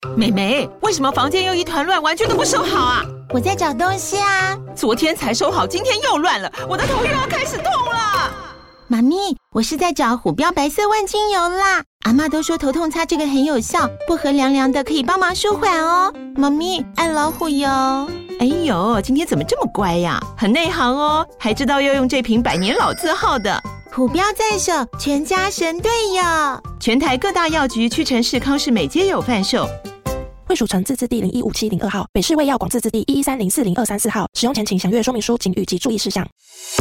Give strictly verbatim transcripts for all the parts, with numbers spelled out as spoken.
妹妹，为什么房间又一团乱，完全都不收好啊？ 我在找东西啊。 昨天才收好，今天又乱了，我的头又要开始痛了。 妈咪，我是在找虎标白色万金油啦。阿嬷都说头痛擦这个很有效，薄荷凉凉的，可以帮忙舒缓哦。妈咪，爱老虎油。 哎呦，今天怎么这么乖呀？很内行哦，还知道要用这瓶百年老字号的。 虎标在手，全家神队友。 全台各大药局、屈臣氏、康士美皆有贩售。 惠蜀城自治地零一五七零二号，北市卫药广自治地一一三零四零二三四号。使用前请详阅说明书、警语及注意事项。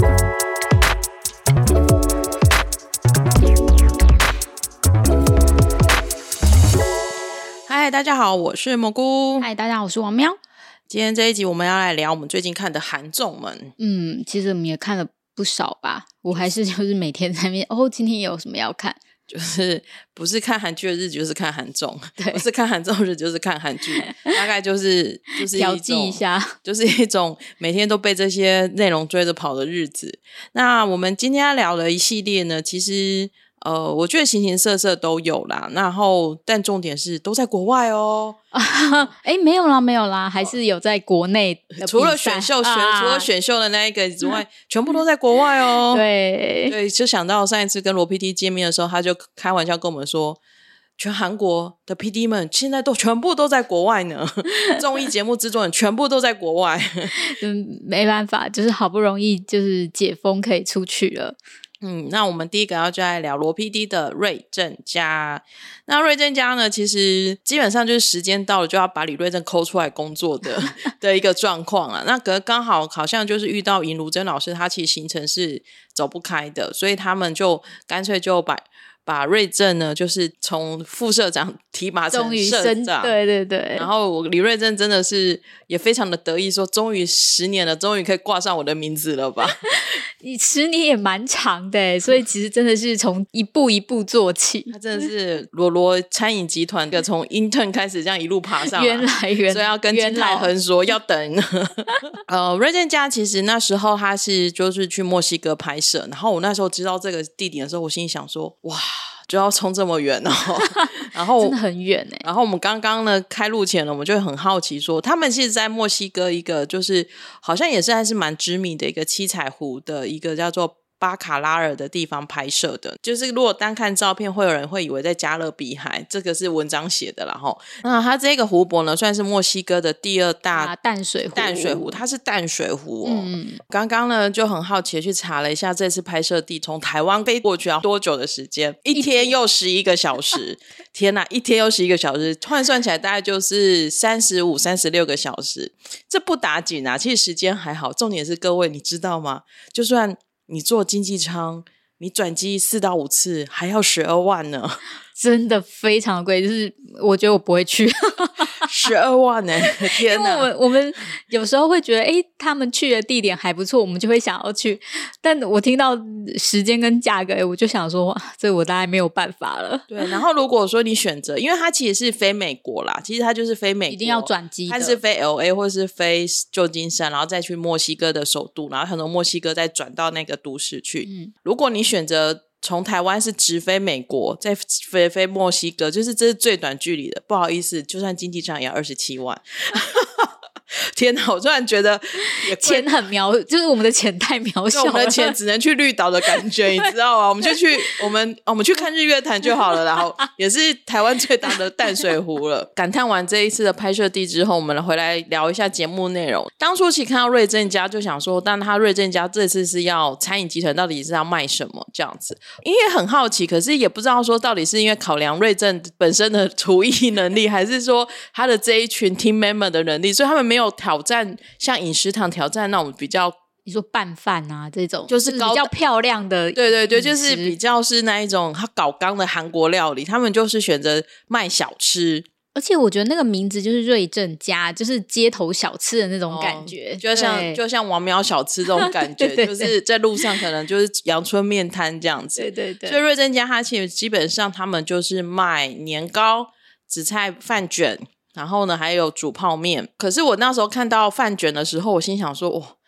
嗨，大家好，我是蘑菇。 嗨，大家好，我是王喵。 今天这一集我们要来聊我们最近看的韩综们。 嗯，其实我们也看了不少吧，我还是就是每天在那边哦，今天有什么要看？ 就是不是看韩剧的日子就是看韩综，不是看韩综的日子就是看韩剧，大概就是就是一种调剂一下， 就是一种每天都被这些内容追着跑的日子。那我们今天要聊的一系列呢，其实呃，我觉得形形色色都有啦，然后但重点是都在国外哦。 哎，没有啦，没有啦，还是有在国内的， 除了选秀选、啊、除了选秀的那一个之外，全部都在国外哦。 对对，就想到上一次跟罗 P D 见面的时候，他就开玩笑跟我们说，全韩国的 P D 们现在都全部都在国外呢，综艺节目制作人全部都在国外。 嗯，没办法，就是好不容易就是解封可以出去了。 嗯，那我们第一个要就来聊罗 P D 的瑞正家。那瑞正家呢，其实基本上就是时间到了就要把李瑞正抠出来工作的的一个状况啊。那可刚好好像就是遇到尹如珍老师，他其实行程是走不开的，所以他们就干脆就把把瑞正呢，就是从副社长提拔成社长， 对对对。 然后李瑞正真的是也非常的得意，说终于十年了，终于可以挂上我的名字了吧？ 你十年也蛮长的，所以其实真的是从一步一步做起。 他真的是罗罗餐饮集团的从 intern 开始这样一路爬上来， 原来原来， 所以要跟金泰亨说要等。呃，瑞正家其实那时候他是就是去墨西哥拍摄，然后我那时候知道这个地点的时候，我心里想说，哇，就要冲这么远哦，然后真的很远耶。 然后我们刚刚呢开录前呢，我们就很好奇说，他们其实在墨西哥一个就是好像也是还是蛮知名的一个七彩湖的一个叫做巴卡拉尔的地方拍摄的，就是如果单看照片会有人会以为在加勒比海，这个是文章写的啦齁。那它这个湖泊呢算是墨西哥的第二大、 啊、淡水湖， 淡水湖它是淡水湖哦。 嗯， 刚刚呢就很好奇的去查了一下这次拍摄地，从台湾飞过去要多久的时间？一天又十一个小时天哪，一天又十一个小时，换算起来大概就是三十五、三十六个小时，这不打紧啊，其实时间还好，重点是各位你知道吗？就算你坐经济舱，你转机四到五次还要十二万呢， 真的非常贵，就是我觉得我不会去。 十二万呢、欸，天哪！ 因为我们我们有时候会觉得，哎，他们去的地点还不错，我们就会想要去。但我听到时间跟价格，我就想说，哇，这我大概没有办法了。 对，然后如果说你选择，因为它其实是飞美国啦，其实它就是飞美国， 一定要转机的， 它是飞 L A 或是飞旧金山，然后再去墨西哥的首都，然后从墨西哥再转到那个都市去。嗯，如果你选择从台湾是直飞美国再飞飞墨西哥，就是这是最短距离的，不好意思，就算经济舱也要二十七万。天哪，我突然觉得钱很渺，就是我们的钱太渺小了， 我们的钱只能去绿岛的感觉，你知道吗？我们就去我们我们去看日月潭就好了，然后也是台湾最大的淡水湖了。感叹完这一次的拍摄地之后，我们回来聊一下节目内容。当初其实看到瑞正家就想说，但他瑞正家这次是要餐饮集团到底是要卖什么这样子，因为很好奇，可是也不知道说到底是因为考量瑞正本身的厨艺能力，还是说他的这一群 team member 的能力，所以他们没有挑战像饮食堂挑战那种比较， 你说拌饭啊这种， 就是高、就是、比较漂亮的， 对对对，就是比较是那一种他搞纲的韩国料理，他们就是选择卖小吃。 而且我觉得那个名字就是瑞正家，就是街头小吃的那种感觉， 哦、就像就像王苗小吃这种感觉，对对对，就是在路上可能就是阳春面摊这样子。 对对对， 所以瑞正家它其实基本上他们就是卖年糕、紫菜饭卷，然后呢还有煮泡面。可是我那时候看到饭卷的时候，我心想说，哇，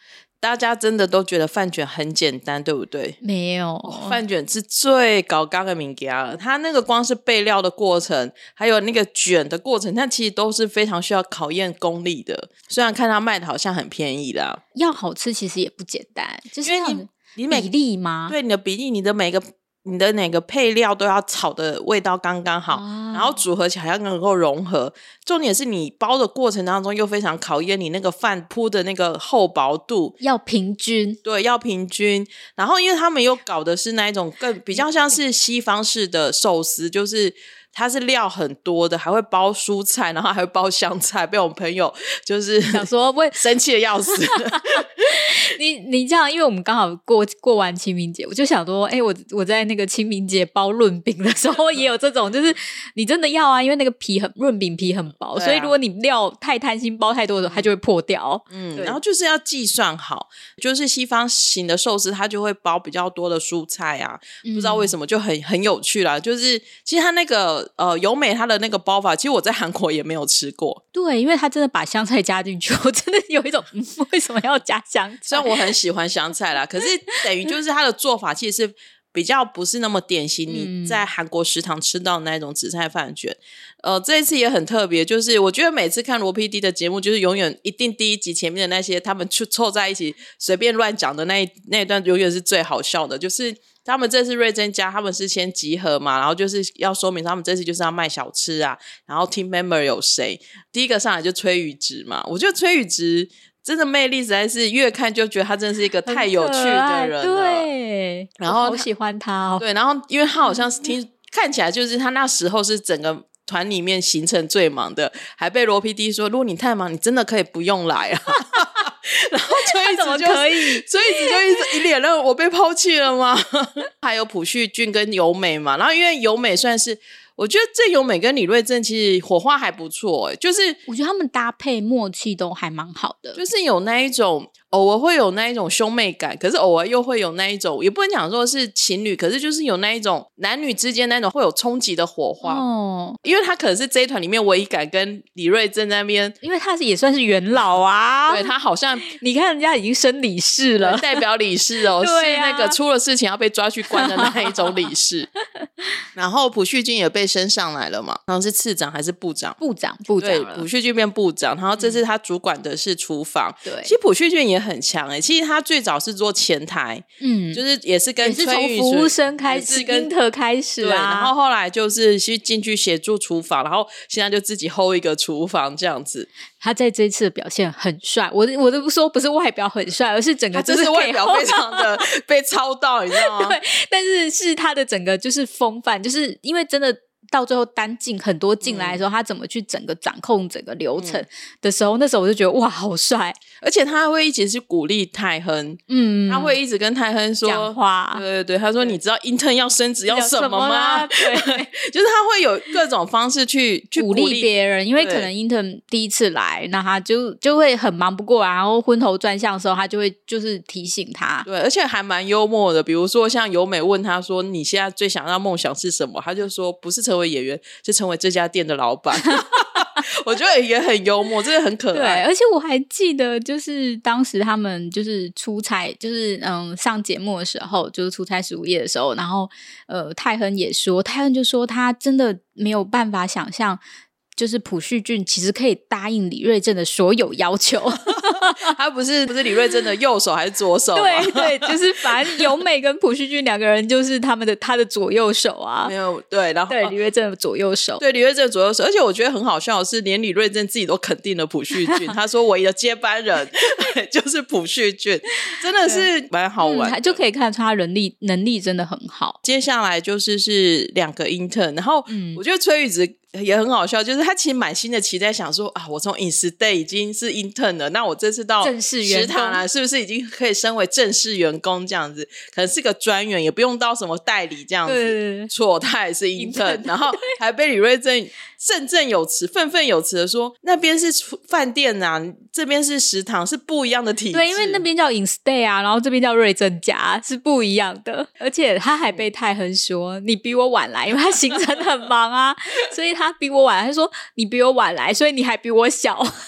大家真的都觉得饭卷很简单，对不对？ 没有， 饭卷是最高纲的物件了，它那个光是备料的过程，还有那个卷的过程，它其实都是非常需要考验功力的。虽然看它卖的好像很便宜啦， 要好吃其实也不简单，就是因为你你每比例吗？ 对，你的比例，你的每个你的哪个配料都要炒的味道刚刚好、啊、然后组合起来要能够融合，重点是你包的过程当中又非常考验你那个饭铺的那个厚薄度要平均， 对，要平均。然后因为他们又搞的是那一种更比较像是西方式的寿司，就是它是料很多的，还会包蔬菜，然后还会包香菜，被我们朋友就是想说为生气的要死你你这样，因为我们刚好过过完清明节，我就想说，哎、欸，我我在那个清明节包润饼的时候也有这种，就是你真的要啊，因为那个皮很润饼皮很薄、啊，所以如果你料太贪心包太多的时候，它就会破掉。 嗯，然后就是要计算好，就是西方型的寿司它就会包比较多的蔬菜啊，嗯、不知道为什么就很很有趣啦。就是其实它那个呃由美它的那个包法，其实我在韩国也没有吃过。 对，因为它真的把香菜加进去，我真的有一种、嗯、为什么要加香菜？ 虽然我很喜欢香菜啦，可是等于就是它的做法其实是比较不是那么典型你在韩国食堂吃到的那种紫菜饭卷。呃，这一次也很特别，就是我觉得每次看罗 P D 的节目，就是永远一定第一集前面的那些他们凑在一起随便乱讲的那一那一段永远是最好笑的。就是他们这次瑞珍家他们是先集合嘛，然后就是要说明他们这次就是要卖小吃啊，然后 team member 有谁，第一个上来就崔宇植嘛。我觉得崔宇植真的魅力实在是越看就觉得他真的是一个太有趣的人了， 对， 然后好喜欢他哦。 对，然后因为他好像是听看起来就是他那时候是整个团里面行程最忙的，还被罗 P D 说如果你太忙你真的可以不用来啊然后崔子就可以崔子就一直一脸的我被抛弃了吗还有朴叙俊跟由美嘛，然后因为由美算是我觉得这由美跟李瑞镇其实火花还不错、欸、就是我觉得他们搭配默契都还蛮好的， 就是有那一种偶尔会有那一种兄妹感，可是偶尔又会有那一种，也不能讲说是情侣，可是就是有那一种男女之间那种会有冲击的火花哦。因为他可能是这一团里面唯一敢跟李瑞镇那边， 因为他是也算是元老啊， 对，他好像你看人家已经升理事了， 代表理事哦对、啊、 是那个出了事情要被抓去关的那一种理事然后朴叙俊也被升上来了嘛，然后是次长还是部长部长部长了， 对，朴叙俊变部长，然后这次他主管的是厨房、嗯、对，其实朴叙俊也很强诶、欸，其实他最早是做前台，嗯，就是也是跟也是从服务生开始，跟英特开始啊， 对，然后后来就是去进去协助厨房，然后现在就自己 hold 一个厨房这样子。 他在这一次的表现很帅，我我都不说不是外表很帅，而是整个就是他外表非常的被操到，你知道吗？ 对，但是是他的整个就是风范，就是因为真的。到最后单进很多进来的时候、嗯、他怎么去整个掌控整个流程的时候、嗯、那时候我就觉得哇好帅， 而且他会一直去鼓励泰亨，嗯，他会一直跟泰亨说讲话， 对对对，他说你知道 intern 要升职要什么吗？ 对就是他会有各种方式去去鼓励别人，因为可能 intern 第一次来，那他就就会很忙不过来，然后昏头转向的时候他就会就是提醒他， 对，而且还蛮幽默的，比如说像由美问他说你现在最想要梦想是什么，他就说不是成为演员，就成为这家店的老板我觉得也很幽默，真的很可爱。 对，而且我还记得就是当时他们就是出差，就是嗯上节目的时候，就是出差十五夜的时候，然后呃泰亨也说，泰亨就说他真的没有办法想象就是朴叙俊其实可以答应李瑞镇的所有要求他不是不是李瑞镇的右手还是左手吗？ 对对，就是反正由美跟朴叙俊两个人就是他们的他的左右手啊， 没有对，然后对李瑞镇的左右手， 对李瑞镇的左右手，而且我觉得很好笑的是，连李瑞镇自己都肯定了朴叙俊，他说唯一的接班人就是朴叙俊，真的是蛮好玩的、 嗯、就可以看出他人力能力真的很好。 接下来就是是两个 intern， 然后我觉得崔宇植也很好笑，就是他其实满心的期待想说啊，我从饮食 day 已经是 intern 了，那我这次到正式员工食堂了，是不是已经可以升为正式员工这样子？可能是个专员，也不用到什么代理这样子。对对对，错，他也是 intern， 然后还被李瑞镇振振有词、愤愤有词的说，那边是饭店啊，这边是食堂，是不一样的体制。 对，因为那边叫饮 stay 啊，然后这边叫瑞镇家，是不一样的。而且他还被泰亨说你比我晚来，因为他行程很忙啊，所以他比我晚来，他说你比我晚来，所以你还比我小。 而且那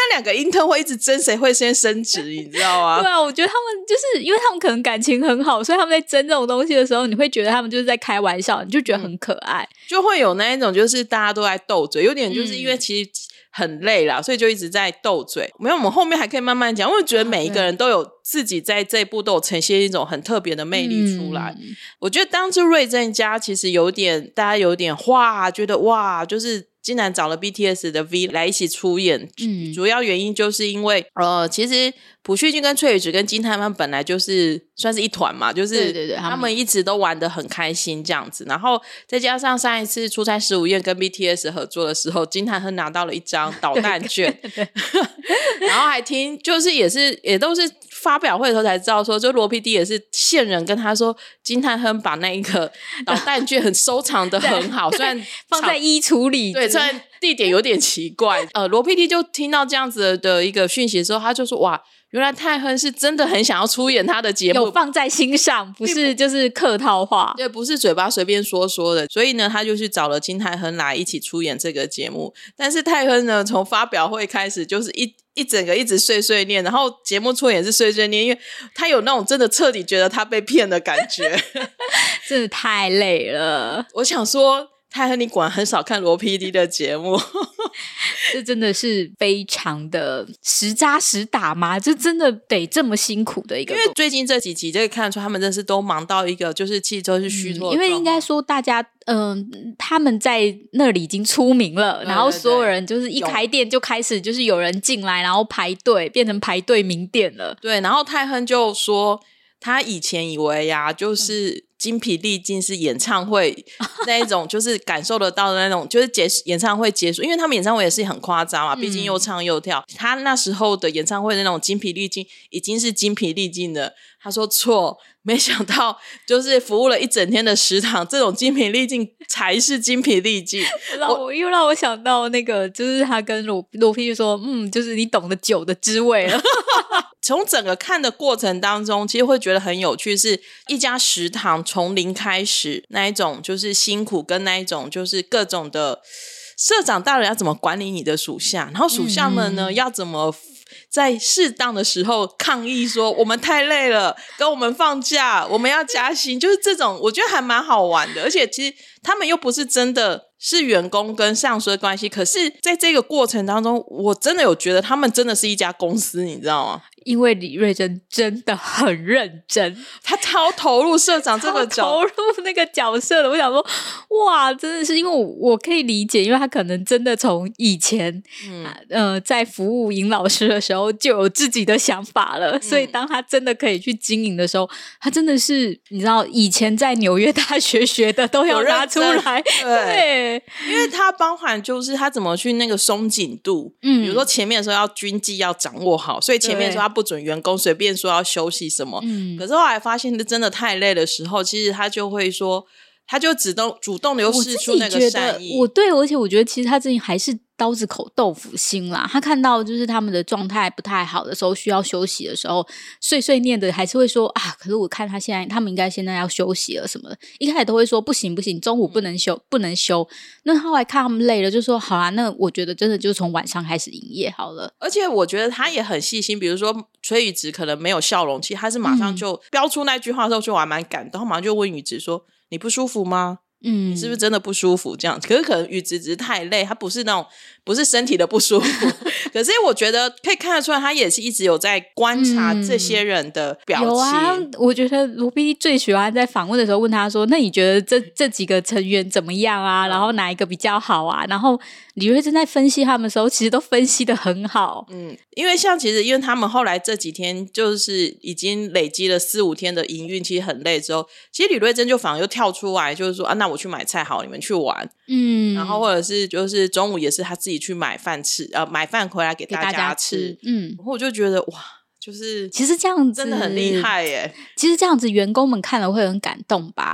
两个 intern 会一直争谁会先升职，你知道吗？ 对啊，我觉得他们就是因为他们可能感情很好，所以他们在争这种东西的时候，你会觉得他们就是在开玩笑，你就觉得很可爱，嗯、 就会有那一种就是大家都在斗嘴，有点就是因为其实很累啦，嗯、所以就一直在斗嘴。没有，我们后面还可以慢慢讲，我觉得每一个人都有自己在这一部都有呈现一种很特别的魅力出来。嗯、我觉得当初瑞正家其实有点大家有点哇，觉得哇，就是竟然找了 B T S 的 V 来一起出演，嗯、主要原因就是因为呃，其实朴叙俊跟崔宇植跟金泰亨本来就是算是一团嘛，就是他们一直都玩得很开心这样子，然后再加上上一次出差十五夜跟 B T S 合作的时候，金泰亨拿到了一张导弹券然后还听就是也是也都是发表会的时候才知道说，就罗 P D 也是线人跟他说金泰亨把那一个导弹券很收藏得很好虽然放在衣橱里， 对，虽然地点有点奇怪呃，罗 P D 就听到这样子的一个讯息的时候，他就说哇，原来泰亨是真的很想要出演他的节目， 有放在心上，不是就是客套话， 对，不是嘴巴随便说说的。所以呢，他就去找了金泰亨来一起出演这个节目。但是泰亨呢，从发表会开始就是一一整个一直碎碎念，然后节目出演也是碎碎念，因为他有那种真的彻底觉得他被骗的感觉真的太累了。 我想说泰亨你果然很少看罗 P D 的节目这真的是非常的实扎实打吗？这真的得这么辛苦的一个， 因为最近这几集就可以看得出他们真的是都忙到一个就是其实都是虚脱、嗯、 因为应该说大家嗯、呃，他们在那里已经出名了，然后所有人就是一开店就开始就是有人进来然后排队变成排队名店了。 对，然后泰亨就说他以前以为呀、啊、就是精疲力尽是演唱会那一种就是感受得到的那种就是结演唱会结束，因为他们演唱会也是很夸张嘛，毕竟又唱又跳、嗯、他那时候的演唱会的那种精疲力尽已经是精疲力尽的。他说错，没想到就是服务了一整天的食堂，这种精疲力尽才是精疲力尽我又让我想到那个就是他跟罗罗 P 就说嗯，就是你懂得酒的滋味了从整个看的过程当中其实会觉得很有趣，是一家食堂从零开始那一种就是辛苦跟那一种就是各种的社长大人要怎么管理你的属下，然后属下们呢、嗯、要怎么在适当的时候抗议说我们太累了跟我们放假我们要加薪就是这种我觉得还蛮好玩的。而且其实他们又不是真的是员工跟上司的关系，可是在这个过程当中我真的有觉得他们真的是一家公司，你知道吗？ 因为李瑞珍真的很认真， 他超投入社长这个角投入那个角色的。我想说哇，真的是因为 我, 我可以理解，因为他可能真的从以前、嗯呃、在服务尹老师的时候就有自己的想法了、嗯、所以当他真的可以去经营的时候，他真的是你知道以前在纽约大学学的都要拿出来。 对, 对， 因为他包含就是他怎么去那个松紧度、嗯、比如说前面的时候要军纪要掌握好，所以前面说他不准员工随便说要休息什么、嗯、可是后来发现真的太累的时候，其实他就会说他就主动主动的又释出那个善意。 我对，而且我觉得其实他自己还是刀子口豆腐心啦，他看到就是他们的状态不太好的时候，需要休息的时候，碎碎念的还是会说啊，可是我看他现在他们应该现在要休息了什么的，一开始都会说不行不行，中午不能休、嗯、不能休。那后来看他们累了就说好啦，那我觉得真的就从晚上开始营业好了。 而且我觉得他也很细心，比如说崔宇植可能没有笑容，其实他是马上就标出那句话的时候就我还蛮感动，他马上就问宇植说你不舒服吗？嗯，你是不是真的不舒服这样子？可是可能宇植只是太累，他不是那种不是身体的不舒服可是我觉得可以看得出来他也是一直有在观察这些人的表情、嗯、有啊，我觉得罗 P D 最喜欢在访问的时候问他说那你觉得这这几个成员怎么样啊、嗯、然后哪一个比较好啊，然后李瑞珍在分析他们的时候其实都分析得很好。 嗯，因为像其实因为他们后来这几天就是已经累积了四五天的营运，其实很累之后，其实李瑞珍就反而又跳出来就是说啊，那我去买菜好，你们去玩。嗯，然后或者是就是中午也是他自己去买饭吃，呃，买饭回来给大家吃。大家吃嗯，然后我就觉得哇，就是其实这样子真的很厉害耶。 其实这样子员工们看了会很感动吧。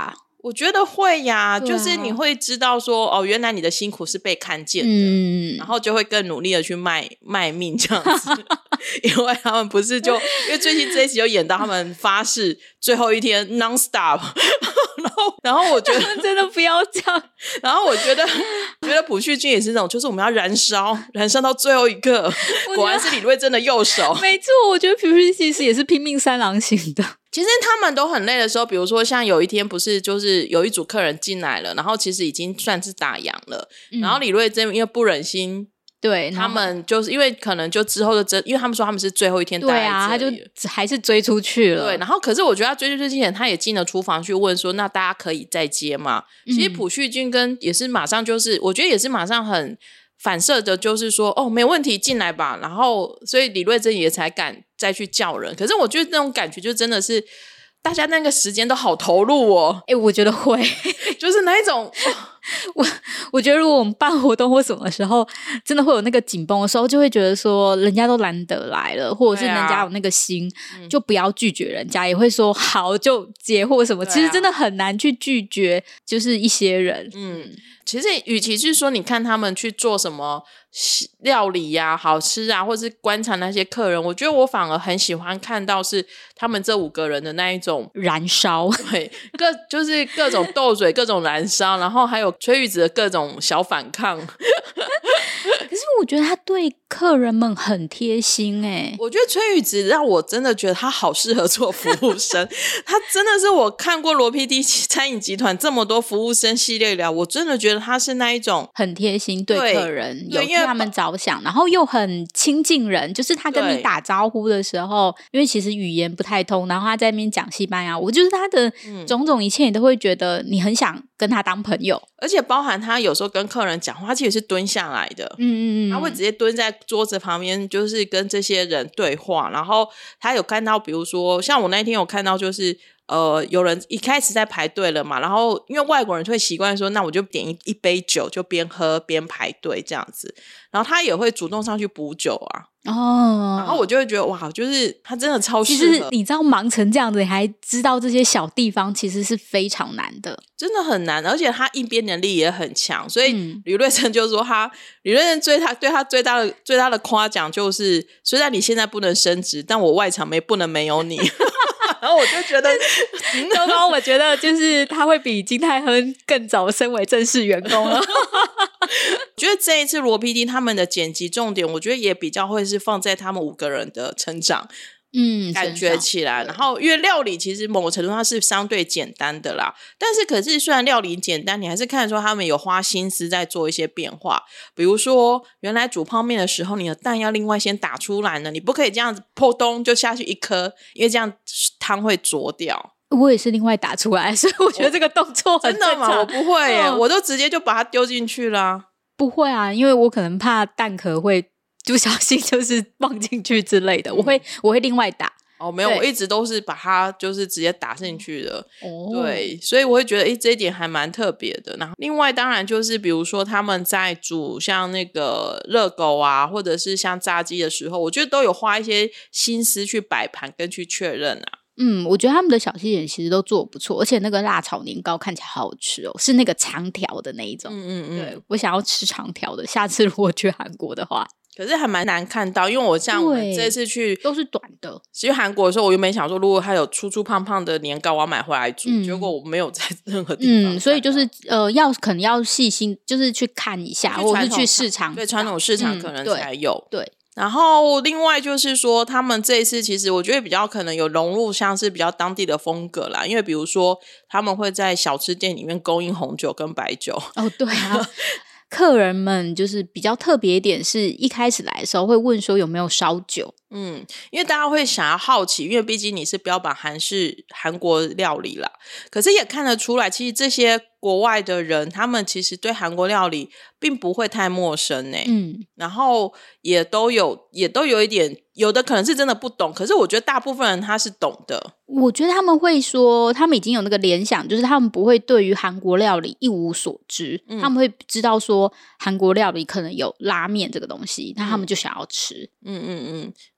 我觉得会呀、啊、就是你会知道说哦，原来你的辛苦是被看见的，嗯，然后就会更努力的去卖卖命这样子因为他们不是就因为最近这一集有演到他们发誓最后一天 non stop 然后然后我觉得真的不要这样然后我觉得我觉得朴叙俊也是那种就是我们要燃烧燃烧到最后一刻果然是李瑞珍的右手没错，我觉得朴叙俊其实也是拼命三郎型的。 其实他们都很累的时候，比如说像有一天不是就是有一组客人进来了，然后其实已经算是打烊了、嗯、然后李瑞珍因为不忍心， 对他们就是因为可能就之后的真，因为他们说他们是最后一天待在这里， 对啊，他就还是追出去了。 对，然后可是我觉得他追出去之前，他也进了厨房去问说，那大家可以再接吗？嗯、其实朴叙俊跟也是马上就是，我觉得也是马上很反射的，就是说哦，没问题，进来吧。然后所以李瑞珍也才敢再去叫人。可是我觉得那种感觉就真的是。大家那个时间都好投入哦， 欸，我觉得会就是那一种我我觉得如果我们办活动或什么的时候真的会有那个紧绷的时候，就会觉得说人家都难得来了，或者是人家有那个心、啊、就不要拒绝人家、嗯、也会说好就接或什么、啊、其实真的很难去拒绝就是一些人。嗯， 其实与其是说你看他们去做什么料理呀、啊、好吃啊，或是观察那些客人，我觉得我反而很喜欢看到是他们这五个人的那一种燃烧， 对，各就是各种斗嘴各种燃烧，然后还有崔玉子的各种小反抗可是我觉得他对客人们很贴心耶、欸、 我觉得崔玉子让我真的觉得他好适合做服务生他真的是我看过罗 P D 餐饮集团这么多服务生系列聊，我真的觉得他是那一种很贴心对客人，有替他们着想，然后又很亲近人，就是他跟你打招呼的时候，因为其实语言不太通，然后他在那边讲西班牙，我就是他的种种一切你都会觉得你很想跟他当朋友， 而且包含他有时候跟客人讲话他其实是蹲下来的，嗯嗯嗯，他会直接蹲在桌子旁边就是跟这些人对话，然后他有看到比如说像我那天有看到就是呃，有人一开始在排队了嘛，然后因为外国人会习惯说那我就点 一, 一杯酒就边喝边排队这样子，然后他也会主动上去补酒啊哦，然后我就会觉得哇，就是他真的超适合。 其实你知道忙成这样子你还知道这些小地方其实是非常难的， 真的很难，而且他应变能力也很强，所以吕瑞珍就说他吕瑞珍对他对他最大的最大的夸奖就是虽然你现在不能升职，但我外场没不能没有你然后我就觉得刚刚我觉得就是他会比金泰亨更早升为正式员工了我觉得这一次罗 P D 他们的剪辑重点我觉得也比较会是放在他们五个人的成长，嗯，感觉起来，然后因为料理其实某个程度上是相对简单的啦，但是可是虽然料理简单，你还是看得出他们有花心思在做一些变化，比如说原来煮泡面的时候你的蛋要另外先打出来呢，你不可以这样子破咚就下去一颗，因为这样汤会浊掉， 我也是另外打出来，所以我觉得这个动作很正常。真的吗？我不会耶、嗯、我都直接就把它丢进去啦。 不会啊，因为我可能怕蛋壳会不小心就是放进去之类的、嗯、我会我会另外打。 哦，没有，我一直都是把它就是直接打进去的、哦、对，所以我会觉得诶这一点还蛮特别的。然后另外当然就是比如说他们在煮像那个热狗啊或者是像炸鸡的时候，我觉得都有花一些心思去摆盘跟去确认啊。 嗯，我觉得他们的小细节其实都做得不错，而且那个辣炒年糕看起来好好吃哦，是那个长条的那一种。嗯嗯嗯，对，我想要吃长条的，下次如果去韩国的话。 可是还蛮难看到，因为我像我们这次去都是短的。 去韩国的时候，我原本想说，如果它有粗粗胖胖的年糕，我要买回来煮。嗯、结果我没有在任何地方。 嗯，所以就是呃，要可能要细心，就是去看一下，或者是去市场。 对，传统市场可能才有。 嗯、对。对然后另外就是说他们这一次其实我觉得比较可能有融入像是比较当地的风格啦，因为比如说他们会在小吃店里面供应红酒跟白酒。 哦，对啊客人们就是比较特别一点，是一开始来的时候会问说有没有烧酒。 嗯，因为大家会想要好奇，因为毕竟你是标榜韩式韩国料理啦，可是也看得出来其实这些国外的人他们其实对韩国料理并不会太陌生欸。嗯，然后也都有也都有一点，有的可能是真的不懂，可是我觉得大部分人他是懂的。 我觉得他们会说他们已经有那个联想，就是他们不会对于韩国料理一无所知、嗯、他们会知道说韩国料理可能有拉面这个东西，那他们就想要吃。 嗯嗯嗯，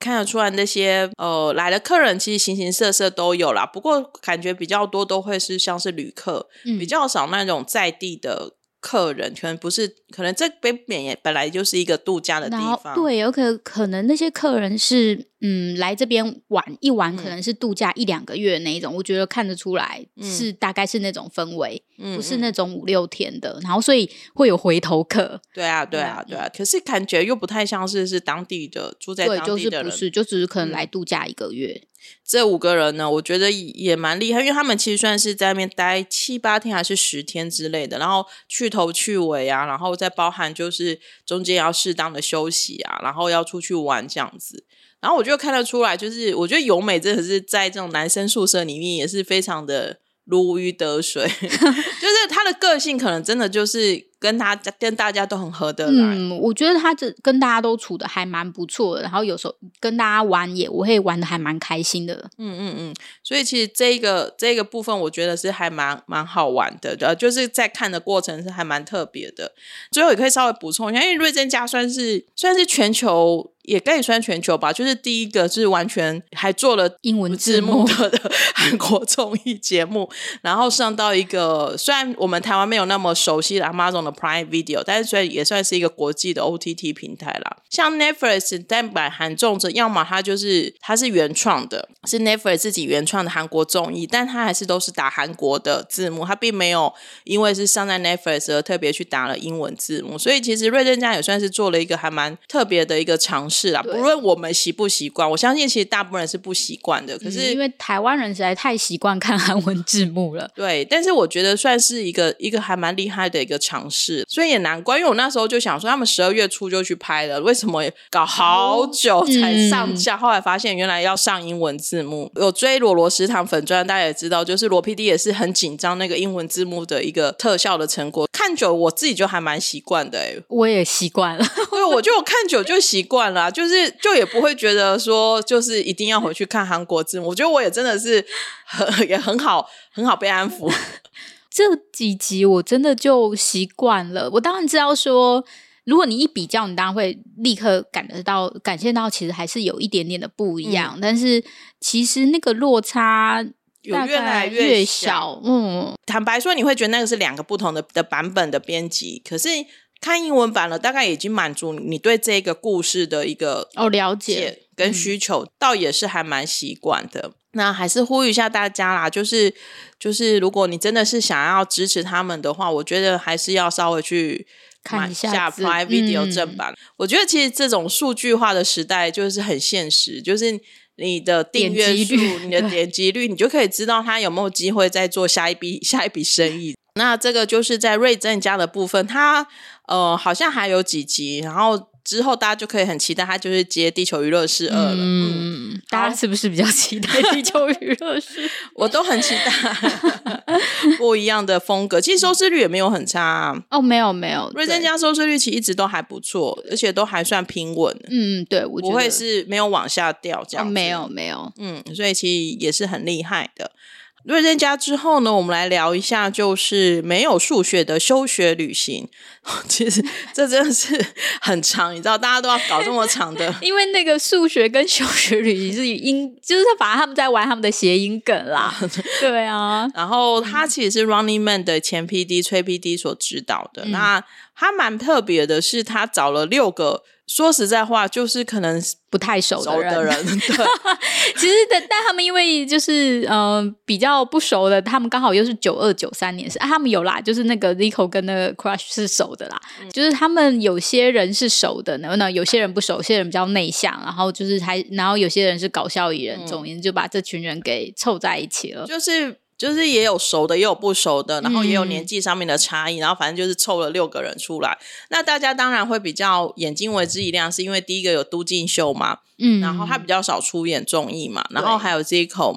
看得出来那些呃来的客人其实形形色色都有啦，不过感觉比较多都会是像是旅客、嗯、比较少那种在地的客人，可能不是，可能这边也本来就是一个度假的地方， 对，有可可能那些客人是嗯来这边玩一玩，可能是度假一两个月那一种、嗯、我觉得看得出来是、嗯、大概是那种氛围、嗯、不是那种五六天的，然后所以会有回头客。 对啊对啊对啊、嗯、可是感觉又不太像是是当地的住在当地的人， 对，就是不是，就只是可能来度假一个月、嗯， 这五个人呢，我觉得也蛮厉害，因为他们其实算是在那边待七八天还是十天之类的，然后去头去尾啊，然后再包含就是中间要适当的休息啊，然后要出去玩这样子。然后我就看得出来，就是我觉得由美真的是在这种男生宿舍里面也是非常的如鱼得水就是他的个性可能真的就是跟他跟大家都很合得来。 嗯，我觉得他这跟大家都处的还蛮不错的，然后有时候跟大家玩也我会玩的还蛮开心的。 嗯嗯嗯，所以其实这个这个部分我觉得是还蛮蛮好玩的，呃，就是在看的过程是还蛮特别的。最后也可以稍微补充一下，因为瑞珍家算是算是全球。也可以算全球吧，就是第一个是完全还做了英文字幕的韩国综艺节目，然后上到一个虽然我们台湾没有那么熟悉的 Amazon 的 Prime Video， 但是所以也算是一个国际的 O T T 平台啦。像 Netflix 但把韩综者，要么它就是它是原创的，是 Netflix 自己原创的韩国综艺，但它还是都是打韩国的字幕，它并没有因为是上在 Netflix 而特别去打了英文字幕，所以其实瑞珍家也算是做了一个还蛮特别的一个尝试。是啦，不论我们习不习惯，我相信其实大部分人是不习惯的。可是、 嗯、因为台湾人实在太习惯看韩文字幕了， 对。但是我觉得算是一个一个还蛮厉害的一个尝试，所以也难怪，因为我那时候就想说，他们十二月初就去拍了，为什么搞好久才上架？嗯、后来发现原来要上英文字幕。有追罗罗食堂粉专，大家也知道，就是罗 P D 也是很紧张那个英文字幕的一个特效的成果。看久我自己就还蛮习惯的、欸， 我也习惯了。 对，我觉得我看久就习惯了、啊。就是就也不会觉得说就是一定要回去看韩国字幕，我觉得我也真的是很也很好很好被安抚这几集我真的就习惯了。我当然知道说如果你一比较，你当然会立刻感得到感谢到其实还是有一点点的不一样、嗯、但是其实那个落差有越来越小。嗯， 坦白说你会觉得那个是两个不同的的版本的编辑，可是看英文版了大概已经满足你对这个故事的一个哦了解跟需求、嗯、倒也是还蛮习惯的。那还是呼吁一下大家啦，就是就是如果你真的是想要支持他们的话，我觉得还是要稍微去看一下 Prime Video 正版、嗯、我觉得其实这种数据化的时代就是很现实，就是你的订阅数你的点击率你就可以知道他有没有机会再做下一笔下一笔生意。那这个就是在瑞珍家的部分，他呃好像还有几集，然后之后大家就可以很期待他就是接地球娱乐室二了。 嗯, 嗯大家是不是比较期待地球娱乐室我都很期待不一样的风格，其实收视率也没有很差、啊、 哦没有没有， 瑞珍家收视率其实一直都还不错，而且都还算平稳。 嗯对，我觉得不会是没有往下掉这样子、 哦、没有没有。 嗯，所以其实也是很厉害的。瑞珍家之后呢，我们来聊一下就是没有数学的休学旅行。其实这真的是很长，你知道大家都要搞这么长的因为那个数学跟休学旅行是音，就是反正他们在玩他们的谐音梗啦对啊。 然后他其实是 Running Man 的前 P D 崔 P D 所指导的、嗯、那他蛮特别的是他找了六个说实在话就是可能不太熟的人， 熟的人对其实但但他们因为就是呃比较不熟的，他们刚好又是九二九三年是、啊、他们有啦，就是那个 Zico 跟那个 Crush 是熟的啦、嗯、就是他们有些人是熟的，然后呢有些人不熟，有些人比较内向，然后就是还然后有些人是搞笑艺人、嗯、总言就把这群人给凑在一起了， 就是就是也有熟的也有不熟的，然后也有年纪上面的差异、嗯、然后反正就是凑了六个人出来。那大家当然会比较眼睛为之一亮，是因为第一个有都敬秀嘛，嗯，然后他比较少出演综艺嘛，然后还有 Zico 嘛，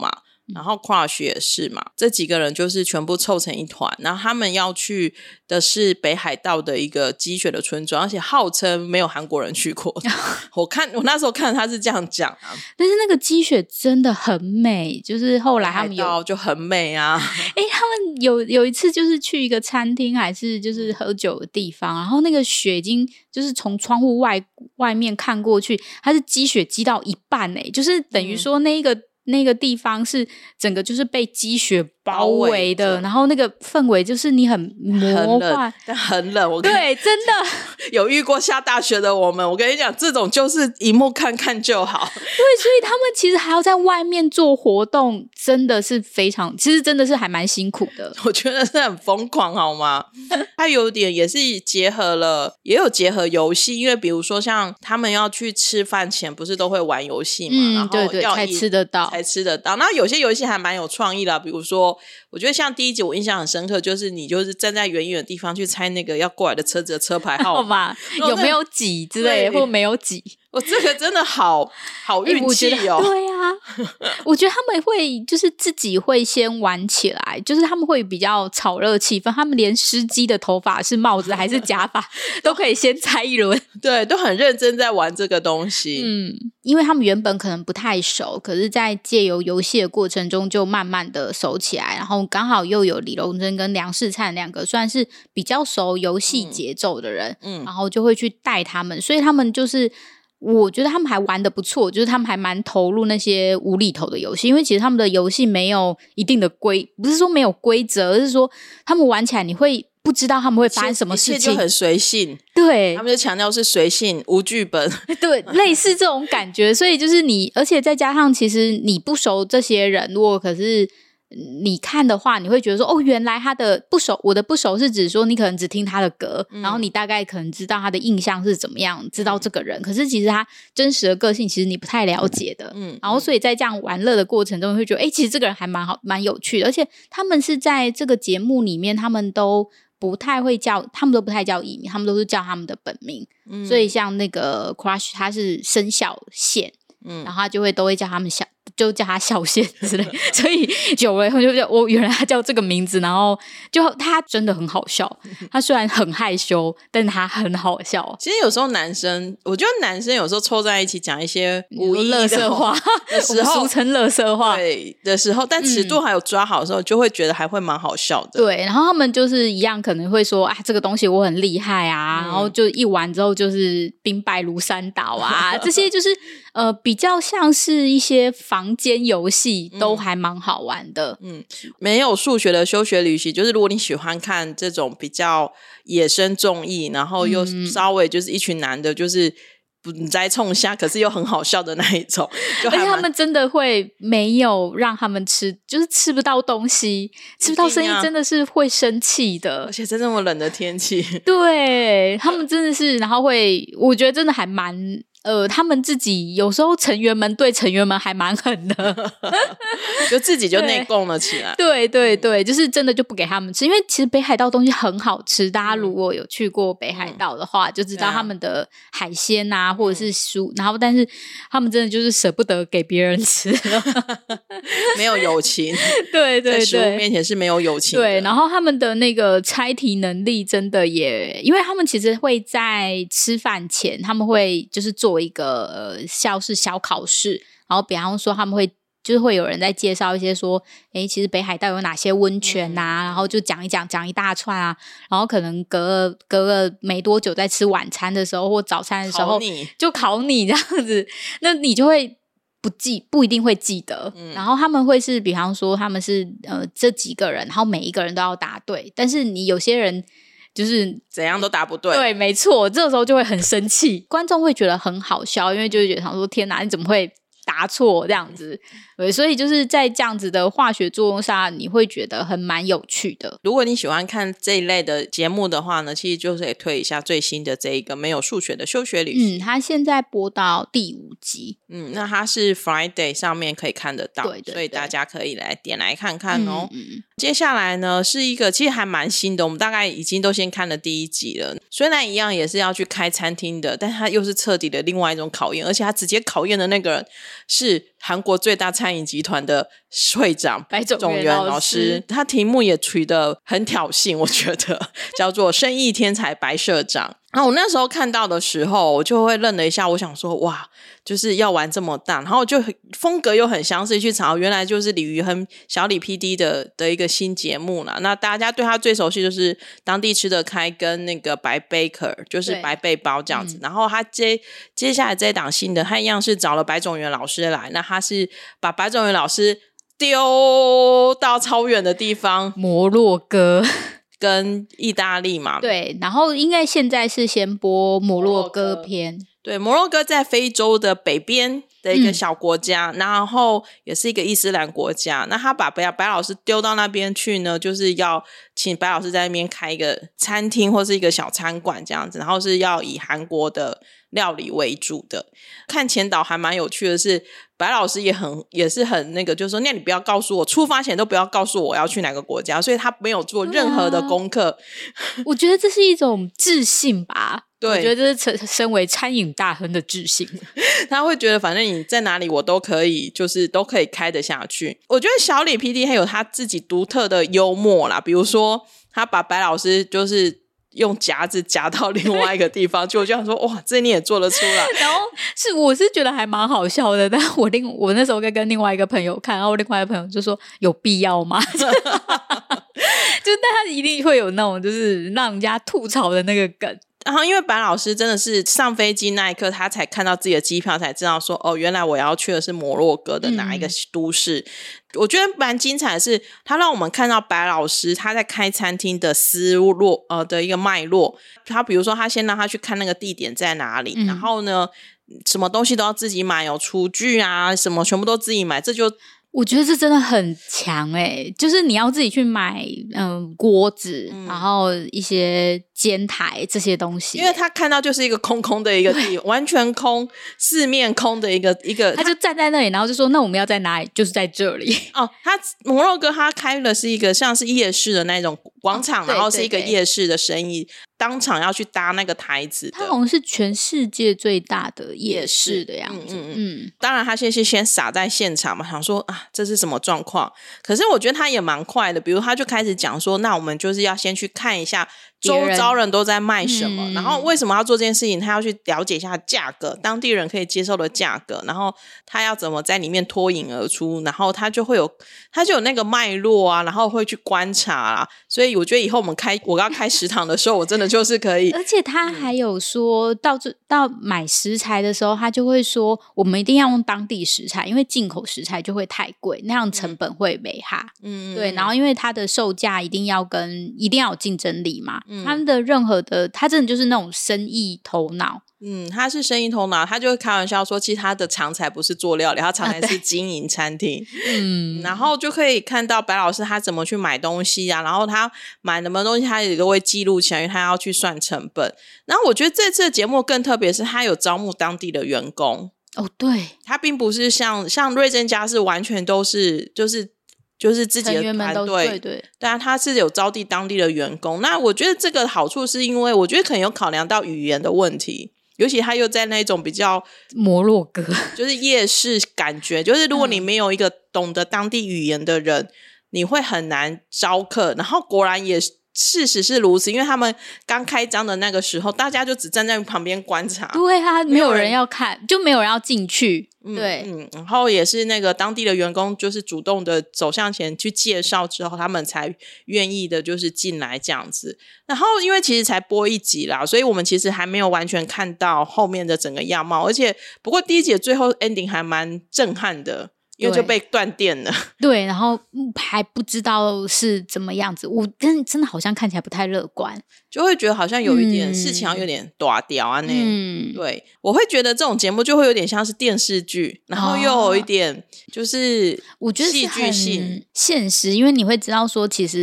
然后 Crush 也是嘛，这几个人就是全部凑成一团，然后他们要去的是北海道的一个积雪的村庄，而且号称没有韩国人去过我看我那时候看他是这样讲啊， 但是那个积雪真的很美，就是后来他们有就很美啊诶他们有有一次就是去一个餐厅还是就是喝酒的地方，然后那个雪已经就是从窗户外外面看过去，它是积雪积到一半诶，就是等于说那个、嗯、那个地方是整个就是被积雪包围的，然后那个氛围就是你很魔幻， 但很冷。我对，真的有遇过下大雪的我们，我跟你讲，这种就是荧幕看看就好。 对，所以他们其实还要在外面做活动，真的是非常，其实真的是还蛮辛苦的。 我觉得是很疯狂，好吗？它有点也是结合了，也有结合游戏，因为比如说像他们要去吃饭前，不是都会玩游戏嘛？ 嗯， 然后对对，才吃得到， 才吃得到。那有些游戏还蛮有创意的，比如说。我觉得像第一集我印象很深刻，就是你就是站在远远的地方去猜那个要过来的车子的车牌号码有没有挤之类的，或没有挤。 我这个真的好好运气哦、 欸、对啊我觉得他们会就是自己会先玩起来，就是他们会比较炒热气氛，他们连司机的头发是帽子还是假发都可以先猜一轮对，都很认真在玩这个东西。 嗯，因为他们原本可能不太熟，可是在借由游戏的过程中就慢慢的熟起来，然后刚好又有李荣珍跟梁世灿两个算是比较熟游戏节奏的人、嗯、然后就会去带他们，所以他们就是我觉得他们还玩得不错，就是他们还蛮投入那些无厘头的游戏，因为其实他们的游戏没有一定的规，不是说没有规则，而是说他们玩起来你会不知道他们会发生什么事情， 一切就很随性。 对， 他们就强调是随性无剧本对，类似这种感觉所以就是你，而且再加上其实你不熟这些人，如果可是你看的话，你会觉得说哦，原来他的不熟，我的不熟是指说你可能只听他的歌、嗯、然后你大概可能知道他的印象是怎么样，知道这个人，可是其实他真实的个性其实你不太了解的。嗯，然后所以在这样玩乐的过程中，你会觉得哎，其实这个人还蛮好，蛮有趣的，而且他们是在这个节目里面，他们都不太会叫，他们都不太叫艺名，他们都是叫他们的本名。嗯，所以像那个 Crush 他是申孝宪，嗯，然后他就会都会叫他们小。就叫他小宪之类所以久了以后就叫我、哦、原来他叫这个名字，然后就他真的很好笑，他虽然很害羞但他很好笑。 其实有时候男生，我觉得男生有时候凑在一起讲一些无意义的垃圾话的时候， 俗称垃圾话对的时候，但尺度还有抓好的时候、嗯、就会觉得还会蛮好笑的。 对，然后他们就是一样可能会说啊，这个东西我很厉害啊、嗯、然后就一玩之后就是兵败如山倒啊这些就是呃比较像是一些房间游戏，都还蛮好玩的。 嗯，没有数学的休学旅行，就是如果你喜欢看这种比较野生综艺，然后又稍微就是一群男的，就是不在冲下，可是又很好笑的那一种。就而且他们真的会没有让他们吃，就是吃不到东西，吃不到声音，真的是会生气的。 而且在这么冷的天气， 对他们真的是，然后会，我觉得真的还蛮。呃，他们自己有时候成员们对成员们还蛮狠的就自己就内供了起来。 对对对，就是真的就不给他们吃，因为其实北海道东西很好吃，大家如果有去过北海道的话、嗯、就知道他们的海鲜啊、嗯、或者是蔬，然后但是他们真的就是舍不得给别人吃没有友情对对对，在食物面前是没有友情的。 对，然后他们的那个猜题能力真的也，因为他们其实会在吃饭前他们会就是做做一个呃像是小考试，然后比方说他们会就是会有人在介绍一些说诶其实北海道有哪些温泉啊、嗯、然后就讲一讲讲一大串啊，然后可能隔了隔了没多久在吃晚餐的时候或早餐的时候就考你这样子，那你就会不记不一定会记得、嗯、然后他们会是比方说他们是呃这几个人，然后每一个人都要答对，但是你有些人就是怎样都答不对， 对，没错，这个时候就会很生气，观众会觉得很好笑，因为就会觉得想说天哪，你怎么会答错这样子。对，所以就是在这样子的化学作用下，你会觉得很蛮有趣的。 如果你喜欢看这一类的节目的话呢，其实就是可以推一下最新的这一个没有数学的休学旅行。 嗯，它现在播到第五集。 嗯，那它是 Friday 上面可以看得到， 对对对， 所以大家可以来点来看看哦。 嗯嗯， 接下来呢是一个其实还蛮新的，我们大概已经都先看了第一集了。虽然一样也是要去开餐厅的，但它又是彻底的另外一种考验，而且它直接考验的那个人是韩国最大餐饮集团的会长白种元老老师。 他题目也取得很挑衅，我觉得叫做生意天才白社长。然后我那时候看到的时候我就会愣了一下，我想说哇，就是要玩这么大，然后就风格又很相似，去查原来就是李瑜亨小李 P D 的的一个新节目啦。那大家对他最熟悉就是当地吃得开跟那个白 baker 就是白背包这样子、嗯、然后他接接下来这一档新的他一样是找了白种元老师来，那他是把白种元老师丢到超远的地方， 摩洛哥跟意大利嘛。 对，然后应该现在是先播摩洛哥篇。 对，摩洛哥在非洲的北边的一个小国家、嗯、然后也是一个伊斯兰国家。那他把白白老师丢到那边去呢，就是要请白老师在那边开一个餐厅或是一个小餐馆这样子，然后是要以韩国的料理为主的。看前导还蛮有趣的是，白老师也很也是很那个，就是说那你不要告诉我，出发前都不要告诉我要去哪个国家，所以他没有做任何的功课、 啊、我觉得这是一种自信吧。 对， 我觉得这是身为餐饮大亨的自信。 他会觉得反正你在哪里我都可以，就是都可以开得下去。我觉得小李 P D 还有他自己独特的幽默啦，比如说他把白老师就是用夹子夹到另外一个地方，就我就想说哇，这你也做得出来。 然后是我是觉得还蛮好笑的，但我另我那时候跟跟另外一个朋友看，然后另外一个朋友就说有必要吗？就但他一定会有那种就是让人家吐槽的那个梗。 然后因为白老师真的是上飞机那一刻他才看到自己的机票，才知道说哦，原来我要去的是摩洛哥的哪一个都市、嗯、我觉得蛮精彩的是他让我们看到白老师他在开餐厅的思路呃的一个脉络。他比如说他先让他去看那个地点在哪里、嗯、然后呢什么东西都要自己买，有厨具啊什么全部都自己买，这就我觉得这真的很强欸，就是你要自己去买嗯锅子、嗯、然后一些煎台这些东西， 因为他看到就是一个空空的一个地，完全空，四面空的一个一个， 他就站在那里，然后就说那我们要在哪里，就是在这里。 哦，他摩洛哥他开的是一个像是夜市的那种广场、哦、然后是一个夜市的生意，当场要去搭那个台子的， 他好像是全世界最大的夜市的样子。嗯嗯嗯， 当然他先是先撒在现场嘛，想说啊这是什么状况，可是我觉得他也蛮快的，比如他就开始讲说那我们就是要先去看一下周遭人都在卖什么、嗯、然后为什么要做这件事情，他要去了解一下价格，当地人可以接受的价格，然后他要怎么在里面脱颖而出，然后他就会有他就有那个脉络啊，然后会去观察啊，所以我觉得以后我们开我要开食堂的时候我真的就是可以。 而且他还有说、嗯、到这到买食材的时候他就会说我们一定要用当地食材，因为进口食材就会太贵，那样成本会没哈。嗯，对，然后因为它的售价一定要跟一定要有竞争力嘛，嗯、他们的任何的他真的就是那种生意头脑。 嗯，他是生意头脑，他就会开玩笑说其实他的长才不是做料理，他长才是经营餐厅、啊、嗯，然后就可以看到白老师他怎么去买东西啊，然后他买什么东西他也都会记录起来，因为他要去算成本。然后我觉得这次的节目更特别是他有招募当地的员工。 哦，对， 他并不是像像瑞珍家是完全都是就是就是自己的团队， 对对， 对啊，他是有招地当地的员工。那我觉得这个好处是因为我觉得可能有考量到语言的问题，尤其他又在那种比较摩洛哥就是夜市感觉，就是如果你没有一个懂得当地语言的人、嗯、你会很难招客。然后果然也事实是如此，因为他们刚开张的那个时候大家就只站在旁边观察， 对啊，没有人要看，就没有人要进去。对， 嗯，然后也是那个当地的员工就是主动的走向前去介绍之后他们才愿意的就是进来这样子。然后因为其实才播一集啦，所以我们其实还没有完全看到后面的整个样貌，而且不过第一集的最后 ending 还蛮震撼的，因为就被断电了。 对，然后还不知道是怎么样子，我真真的好像看起来不太乐观， 就会觉得好像有一点、嗯、事情好像有点大条啊那、嗯、对，我会觉得这种节目就会有点像是电视剧，然后又有一点就是我觉得戏剧性现实，因为你会知道说其实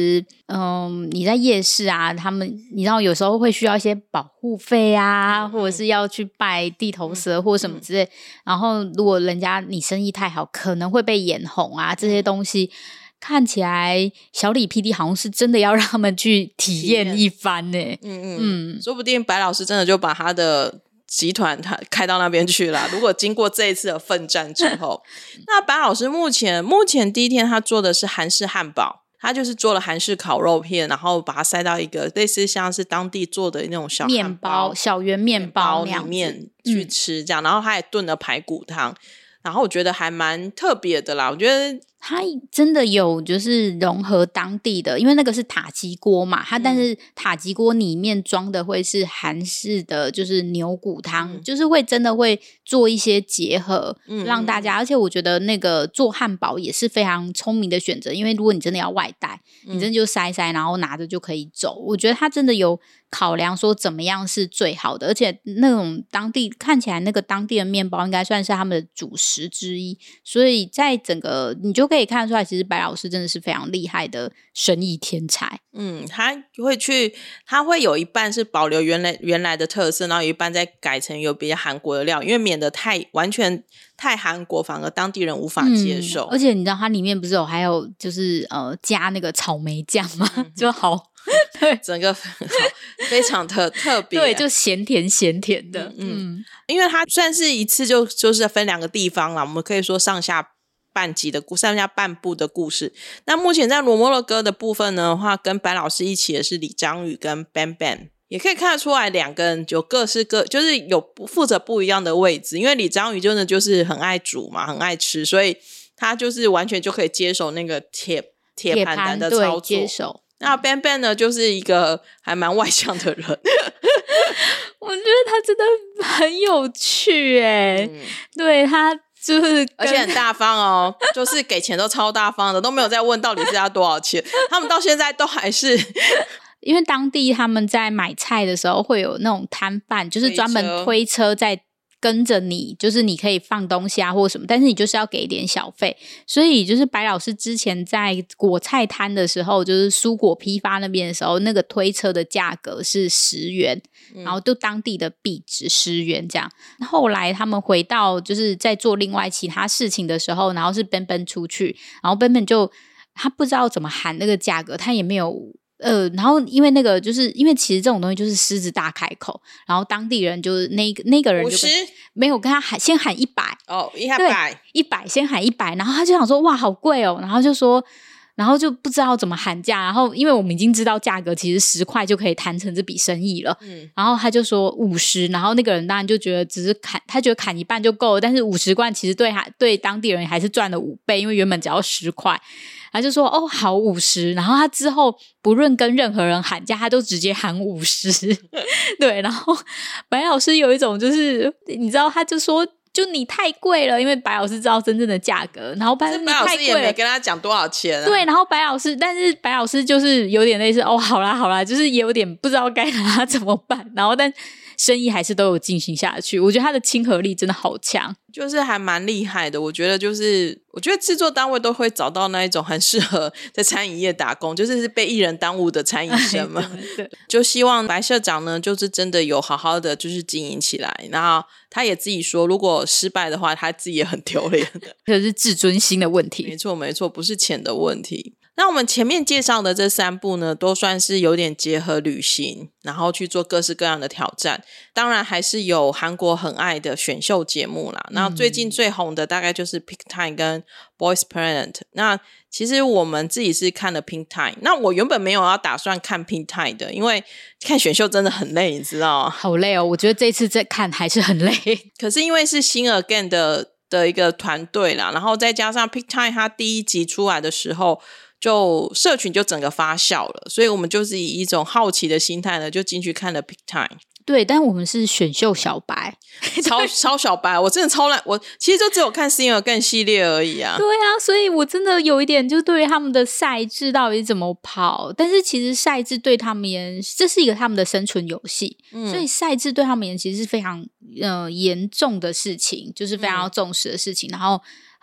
嗯，你在夜市啊，他们你知道有时候会需要一些保护费啊，嗯、或者是要去拜地头蛇或什么之类、嗯、然后如果人家你生意太好可能会被眼红啊，这些东西看起来小李 P D 好像是真的要让他们去体验一番呢、欸、 嗯嗯嗯，说不定白老师真的就把他的集团他开到那边去了如果经过这一次的奋战之后那白老师目前目前第一天他做的是韩式汉堡，他就是做了韩式烤肉片，然后把它塞到一个类似像是当地做的那种小面包小圆面包里面去吃这样、嗯、然后他也炖了排骨汤，然后我觉得还蛮特别的啦，我觉得它真的有就是融合当地的，因为那个是塔吉锅嘛，它但是塔吉锅里面装的会是韩式的就是牛骨汤、嗯、就是会真的会做一些结合、嗯、让大家，而且我觉得那个做汉堡也是非常聪明的选择，因为如果你真的要外带、嗯、你真的就塞塞然后拿着就可以走，我觉得它真的有考量说怎么样是最好的，而且那种当地看起来那个当地的面包应该算是他们的主食之一，所以在整个你就可以看得出来其实白老师真的是非常厉害的生意天才。 嗯，他会去他会有一半是保留原来原来的特色，然后有一半再改成有比较韩国的料，因为免得太完全太韩国反而当地人无法接受、嗯、 而且你知道它里面不是有还有就是呃加那个草莓酱吗、嗯、就好对， 整个非常特特别， 对，就咸甜咸甜的。 嗯, 嗯因为它算是一次就就是分两个地方啦，我们可以说上下半集的故上下半部的故事。那目前在罗摩洛哥的部分呢话，跟白老师一起的是李章宇跟 Bang Bang， 也可以看得出来两个人就各是各就是有负责不一样的位置，因为李章宇真的就是很爱煮嘛，很爱吃，所以他就是完全就可以接手那个铁铁盘弹的操作， 接手。 那 Bang Bang 呢就是一个还蛮外向的人我觉得他真的很有趣耶、欸嗯、对他就是而且很大方哦就是给钱都超大方的，都没有在问到底是要多少钱他们到现在都还是因为当地他们在买菜的时候会有那种摊贩，就是专门推车在跟着你，就是你可以放东西啊或什么，但是你就是要给一点小费，所以就是白老师之前在果菜摊的时候，就是蔬果批发那边的时候，那个推车的价格是十元、嗯、然后就当地的币值十元这样。后来他们回到就是在做另外其他事情的时候，然后是奔奔出去，然后奔奔就他不知道怎么喊那个价格，他也没有呃，然后因为那个就是因为其实这种东西就是狮子大开口，然后当地人就是那个那个人就五十没有跟他喊先喊一百哦，一百一百先喊一百，然后他就想说哇好贵哦，然后就说然后就不知道怎么喊价，然后因为我们已经知道价格其实十块就可以谈成这笔生意了，嗯，然后他就说五十，然后那个人当然就觉得只是砍，他觉得砍一半就够了，但是五十块其实对他对当地人还是赚了五倍，因为原本只要十块。他就说哦好五十，然后他之后不论跟任何人喊价他都直接喊五十对，然后白老师有一种就是你知道他就说就你太贵了，因为白老师知道真正的价格，然后白老师白老师也没跟他讲多少钱、啊、 对，然后白老师但是白老师就是有点类似哦好啦好啦，就是也有点不知道该拿他怎么办，然后但生意还是都有进行下去，我觉得他的亲和力真的好强， 就是还蛮厉害的。我觉得就是我觉得制作单位都会找到那一种很适合在餐饮业打工，就是是被艺人耽误的餐饮生嘛就希望白社长呢就是真的有好好的就是经营起来，然后他也自己说如果失败的话他自己也很丢脸的这是自尊心的问题， 没错没错，不是钱的问题。那我们前面介绍的这三部呢都算是有点结合旅行，然后去做各式各样的挑战，当然还是有韩国很爱的选秀节目啦、嗯、那最近最红的大概就是 Pink Time 跟 Boys Planet。 那其实我们自己是看了 Pink Time， 那我原本没有要打算看 Pink Time 的，因为看选秀真的很累你知道吗？ 好累哦，我觉得这次再看还是很累可是因为是新 Again 的的一个团队啦，然后再加上 Pink Time 它第一集出来的时候就社群就整个发酵了，所以我们就是以一种好奇的心态呢就进去看了 Pink Time。 对，但我们是选秀小白超超小白，我真的超烂，我其实就只有看 Singer 更系列而已啊。 对啊，所以我真的有一点就对于他们的赛制到底怎么跑，但是其实赛制对他们也这是一个他们的生存游戏、嗯、所以赛制对他们也其实是非常呃严重的事情，就是非常要重视的事情、嗯、然后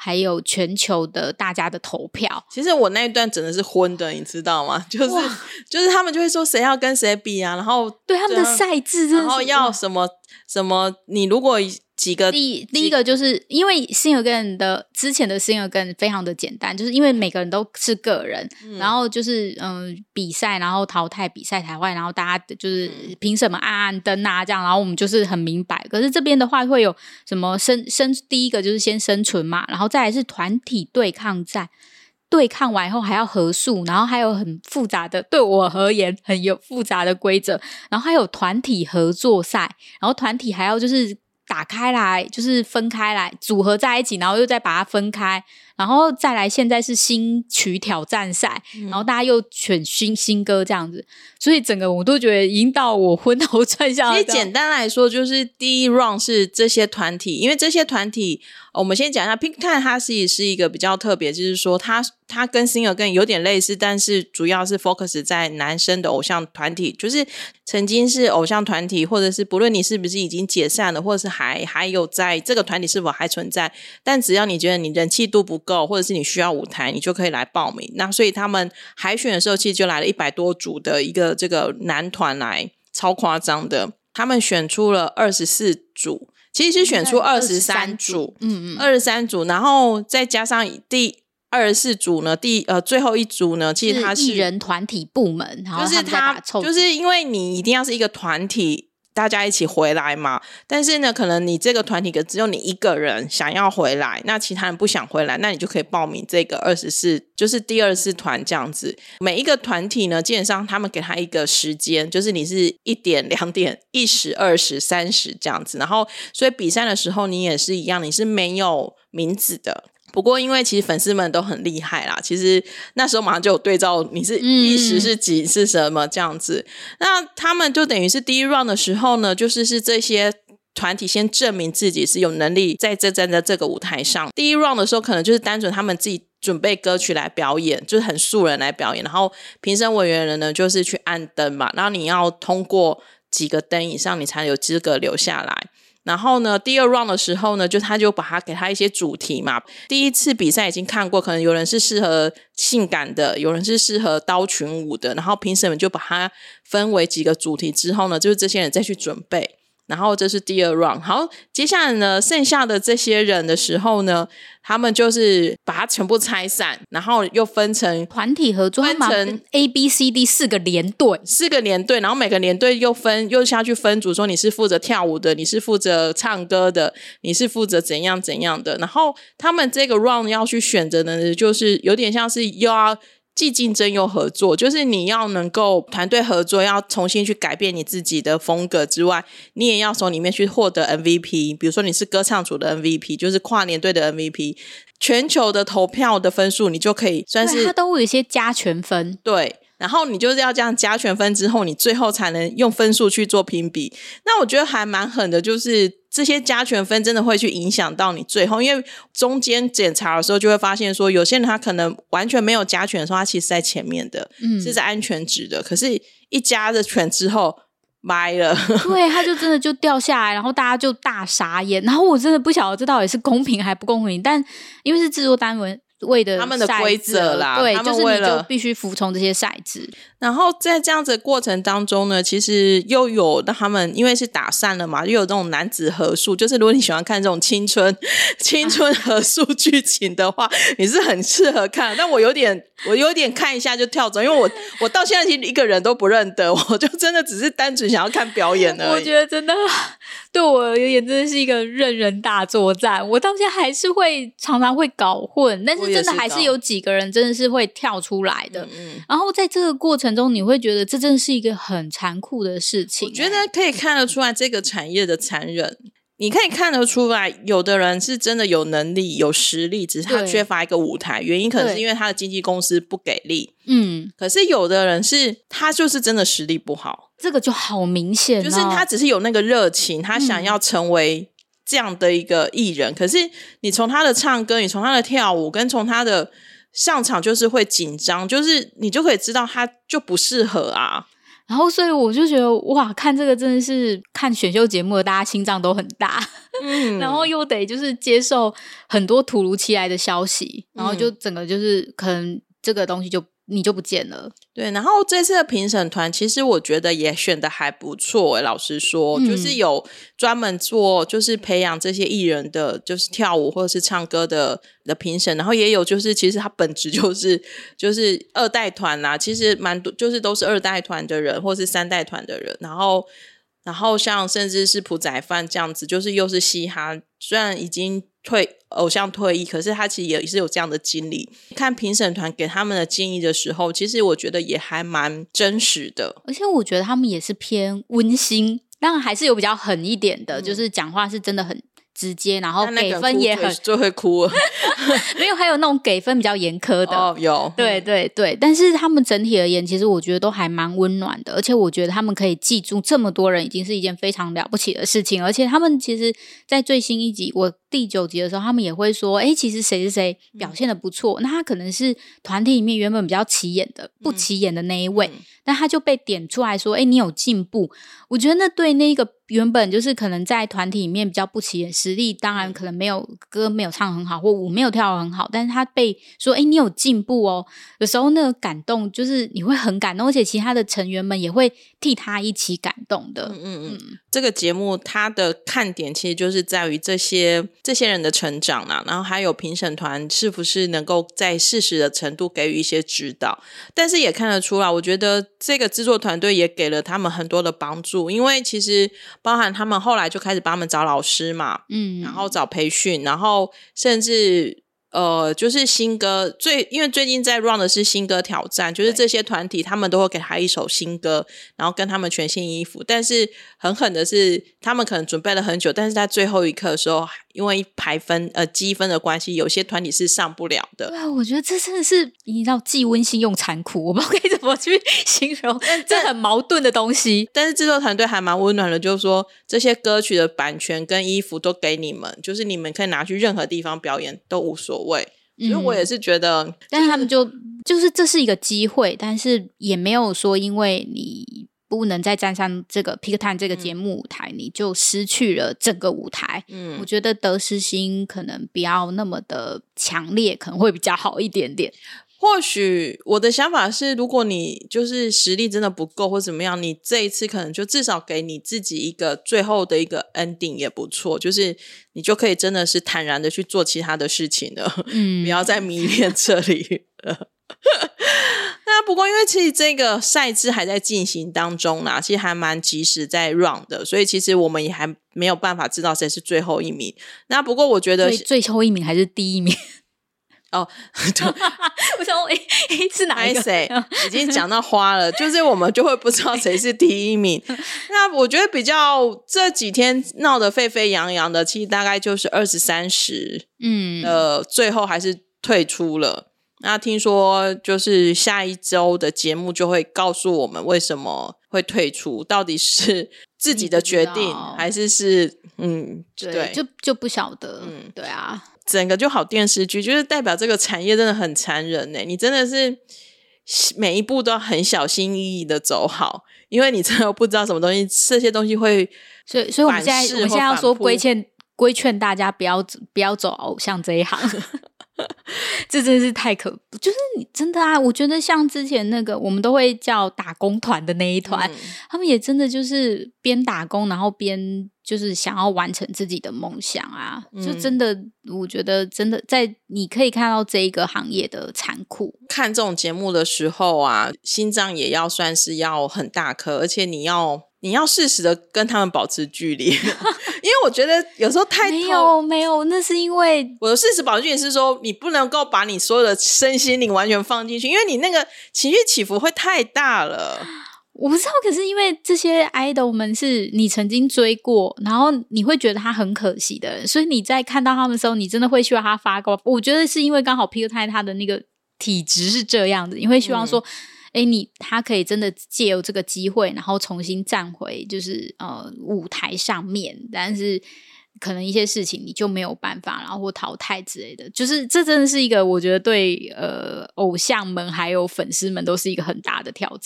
还有全球的大家的投票。 其实我那一段真的是昏的，你知道吗？就是就是他们就会说谁要跟谁比啊，然后对他们的赛制真的是， 然后要什么什么，你如果几个第第一个就是因为 Sing Again 的之前的 Sing Again 非常的简单，就是因为每个人都是个人，嗯、然后就是嗯比赛，然后淘汰比赛台外，然后大家就是凭什么按按灯啊这样，然后我们就是很明白。可是这边的话会有什么生生第一个就是先生存嘛，然后再来是团体对抗战。对抗完以后还要合宿，然后还有很复杂的，对我而言很有复杂的规则，然后还有团体合作赛，然后团体还要就是打开来，就是分开来组合在一起，然后又再把它分开，然后再来现在是新曲挑战赛、嗯、然后大家又选新新歌这样子，所以整个我都觉得已经到我昏头转向。 其实简单来说就是第一 round 是这些团体，因为这些团体我们先讲一下 Pink Time 它是是一个比较特别，就是说它它跟 Sing Again 有点类似，但是主要是 focus 在男生的偶像团体，就是曾经是偶像团体，或者是不论你是不是已经解散了，或者是还还有在这个团体是否还存在，但只要你觉得你人气度不够，或者是你需要舞台，你就可以来报名。那所以他们海选的时候其实就来了一百多组的一个这个男团来，超夸张的，他们选出了二十四组，其实是选出二十三组，嗯嗯，二十三组，然后再加上第二十四组呢，第呃最后一组呢，其实它是艺人团体部门，然后就是他就是因为你一定要是一个团体，大家一起回来嘛。但是呢，可能你这个团体只有你一个人想要回来，那其他人不想回来，那你就可以报名这个二十四，就是第二十四团这样子。每一个团体呢，基本上他们给他一个时间，就是你是一点、两点、一时、二十、三十这样子。然后，所以比赛的时候你也是一样，你是没有名字的。不过因为其实粉丝们都很厉害啦，其实那时候马上就有对照你是一时是几、嗯、是什么这样子。那他们就等于是第一 round 的时候呢，就是是这些团体先证明自己是有能力在这站在这个舞台上。第一 round 的时候可能就是单纯他们自己准备歌曲来表演，就是很素人来表演，然后评审委员人呢就是去按灯嘛，然后你要通过几个灯以上你才有资格留下来。然后呢第二 round 的时候呢，就他就把他给他一些主题嘛，第一次比赛已经看过，可能有人是适合性感的，有人是适合刀群舞的，然后评审们就把它分为几个主题之后呢，就是这些人再去准备，然后这是第二 round。 好，接下来呢剩下的这些人的时候呢，他们就是把它全部拆散，然后又分成团体合作，分成 A B C D 四个连队， 四个连队，然后每个连队又分又下去分组，说你是负责跳舞的，你是负责唱歌的，你是负责怎样怎样的。然后他们这个 round 要去选择的就是有点像是又要既竞争又合作，就是你要能够团队合作，要重新去改变你自己的风格之外，你也要从里面去获得 M V P， 比如说你是歌唱组的 M V P， 就是跨年队的 M V P， 全球的投票的分数你就可以算是它都会有一些加权分， 对，然后你就是要这样加权分之后，你最后才能用分数去做评比。那我觉得还蛮狠的，就是这些加权分真的会去影响到你最后，因为中间检查的时候就会发现说，有些人他可能完全没有加权的时候，他其实在前面的、嗯、是在安全值的，可是一加了权之后掰了， 对，他就真的就掉下来，然后大家就大傻眼，然后我真的不晓得这到底是公平还不公平，但因为是制作单位为的他们的规则啦， 对， 他们就是为了你就必须服从这些赛制。 然后在这样子的过程当中呢，其实又有他们因为是打散了嘛，又有这种男子合宿，就是如果你喜欢看这种青春青春合宿剧情的话，你是很适合看。但我有点我有点看一下就跳走，因为我我到现在其实一个人都不认得，我就真的只是单纯想要看表演而已。 我觉得真的对我而言真的是一个任人大作战，我到现在还是会常常会搞混，但是真的还是有几个人真的是会跳出来的。嗯嗯，然后在这个过程中你会觉得这真的是一个很残酷的事情、欸、 我觉得可以看得出来这个产业的残忍，你可以看得出来有的人是真的有能力有实力，只是他缺乏一个舞台，原因可能是因为他的经纪公司不给力。嗯，可是有的人是他就是真的实力不好， 这个就好明显、哦、 就是他只是有那个热情，他想要成为这样的一个艺人、嗯、可是你从他的唱歌，你从他的跳舞跟从他的上场就是会紧张，就是你就可以知道他就不适合啊。 然后所以我就觉得哇，看这个真的是看选秀节目的大家心脏都很大，嗯，然后又得就是接受很多突如其来的消息，然后就整个就是可能这个东西就你就不见了。 对，然后这次的评审团其实我觉得也选的还不错，老实说、嗯、就是有专门做就是培养这些艺人的就是跳舞或者是唱歌的的评审，然后也有就是其实他本质就是就是二代团啦，其实蛮多就是都是二代团的人或是三代团的人，然后然后像甚至是朴宰范这样子，就是又是嘻哈，虽然已经退偶像退役，可是他其实也是有这样的经历。看评审团给他们的建议的时候，其实我觉得也还蛮真实的， 而且我觉得他们也是偏温馨，当然还是有比较狠一点的、嗯、就是讲话是真的很直接，然后给分也很就会哭了没有，还有那种给分比较严苛的哦，有， 对对对，但是他们整体而言其实我觉得都还蛮温暖的，而且我觉得他们可以记住这么多人已经是一件非常了不起的事情，而且他们其实在最新一集我第九集的时候他们也会说诶其实谁谁谁表现得不错、嗯、那他可能是团体里面原本比较起眼的不起眼的那一位、嗯、但他就被点出来说诶你有进步，我觉得那对那个原本就是可能在团体里面比较不起眼，实力当然可能没有歌没有唱很好或舞没有跳得很好，但是他被说诶你有进步哦，有时候那个感动就是你会很感动，而且其他的成员们也会替他一起感动的。嗯嗯嗯， 这个节目它的看点其实就是在于这些这些人的成长啦，然后还有评审团是不是能够在适时的程度给予一些指导，但是也看得出来我觉得这个制作团队也给了他们很多的帮助，因为其实包含他们后来就开始帮他们找老师嘛，嗯，然后找培训，然后甚至呃，就是新歌最因为最近在 run 的是新歌挑战，就是这些团体他们都会给他一首新歌，然后跟他们全新衣服，但是很狠的是他们可能准备了很久，但是在最后一刻的时候因为排分呃积分的关系，有些团体是上不了的。 对啊，我觉得这真的是你知道既温馨又残酷，我不知道该怎么去形容这很矛盾的东西。 但是制作团队还蛮温暖的，就是说这些歌曲的版权跟衣服都给你们，就是你们可以拿去任何地方表演都无所谓。所以我也是觉得、嗯、 但是他们就就是这是一个机会，但是也没有说因为你不能再站上这个 Peak Time 这个节目舞台、嗯、你就失去了整个舞台。嗯，我觉得得失心可能不要那么的强烈，可能会比较好一点点。 或许我的想法是，如果你就是实力真的不够或怎么样，你这一次可能就至少给你自己一个最后的一个 ending 也不错，就是你就可以真的是坦然的去做其他的事情了，嗯，不要再迷恋这里了那不过因为其实这个赛制还在进行当中啦，其实还蛮及时在 run 的，所以其实我们也还没有办法知道谁是最后一名。那不过我觉得最后一名还是第一名哦，对我想诶诶是哪一个？ 谁已经讲到花了，就是我们就会不知道谁是第一名。那我觉得比较这几天闹得沸沸扬扬的，其实大概就是二十三十，嗯，呃，最后还是退出了。那听说就是下一周的节目就会告诉我们为什么会退出，到底是自己的决定还是是嗯 对, 对就就不晓得。嗯，对啊， 整个就好电视剧就是代表这个产业真的很残忍耶，你真的是每一步都要很小心翼翼的走好，因为你真的不知道什么东西这些东西会所以所以我们现在我们现在要说规劝规劝大家不要不要走偶像这一行这真的是太可就是你真的啊，我觉得像之前那个我们都会叫打工团的那一团、嗯、他们也真的就是边打工然后边就是想要完成自己的梦想啊、嗯、就真的我觉得真的在你可以看到这一个行业的残酷。 看这种节目的时候啊，心脏也要算是要很大颗，而且你要你要适时的跟他们保持距离因为我觉得有时候太没有没有那是因为我的适时保持距离是说你不能够把你所有的身心灵完全放进去，因为你那个情绪起伏会太大了。 我不知道，可是因为这些 idol 们是你曾经追过，然后你会觉得他很可惜的人，所以你在看到他们的时候你真的会希望他发光。我觉得是因为刚好 Peak Time 他的那个体质是这样的，你会希望说、嗯诶你他可以真的借由这个机会然后重新站回就是呃舞台上面，但是可能一些事情你就没有办法然后或淘汰之类的，就是这真的是一个我觉得对呃偶像们还有粉丝们都是一个很大的挑战。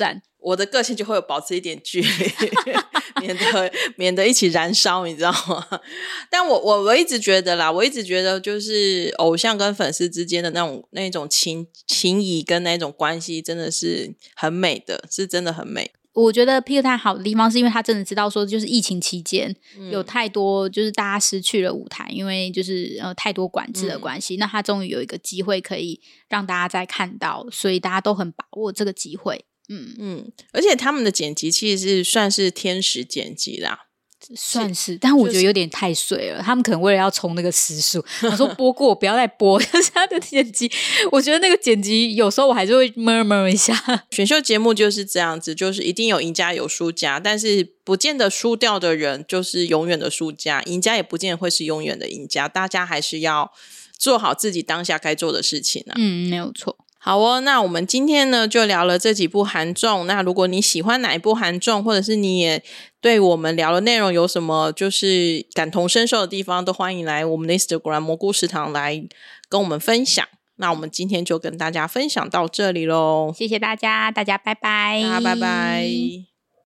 我的个性就会有保持一点距离免得免得一起燃烧，你知道吗？但我我我一直觉得啦，我一直觉得就是偶像跟粉丝之间的那种那种情情谊跟那种关系真的是很美的，是真的很美。 我觉得 Peter Pan 好的地方是因为他真的知道说就是疫情期间、嗯、有太多就是大家失去了舞台，因为就是呃太多管制的关系、嗯、那他终于有一个机会可以让大家再看到，所以大家都很把握这个机会。嗯嗯，而且他们的剪辑其实是算是天使剪辑啦， 算是，但我觉得有点太碎了、就是、他们可能为了要冲那个时数我说播过不要再播就是他的剪辑，我觉得那个剪辑有时候我还是会 murmur 一下。 选秀节目就是这样子，就是一定有赢家有输家，但是不见得输掉的人就是永远的输家，赢家也不见得会是永远的赢家，大家还是要做好自己当下该做的事情啊。 嗯，没有错。 好哦，那我们今天呢就聊了这几部韩综，那如果你喜欢哪一部韩综，或者是你也对我们聊的内容有什么就是感同身受的地方，都欢迎来我们的 Instagram 蘑菇食堂来跟我们分享。那我们今天就跟大家分享到这里咯， 谢谢大家，大家拜拜， 大家拜拜。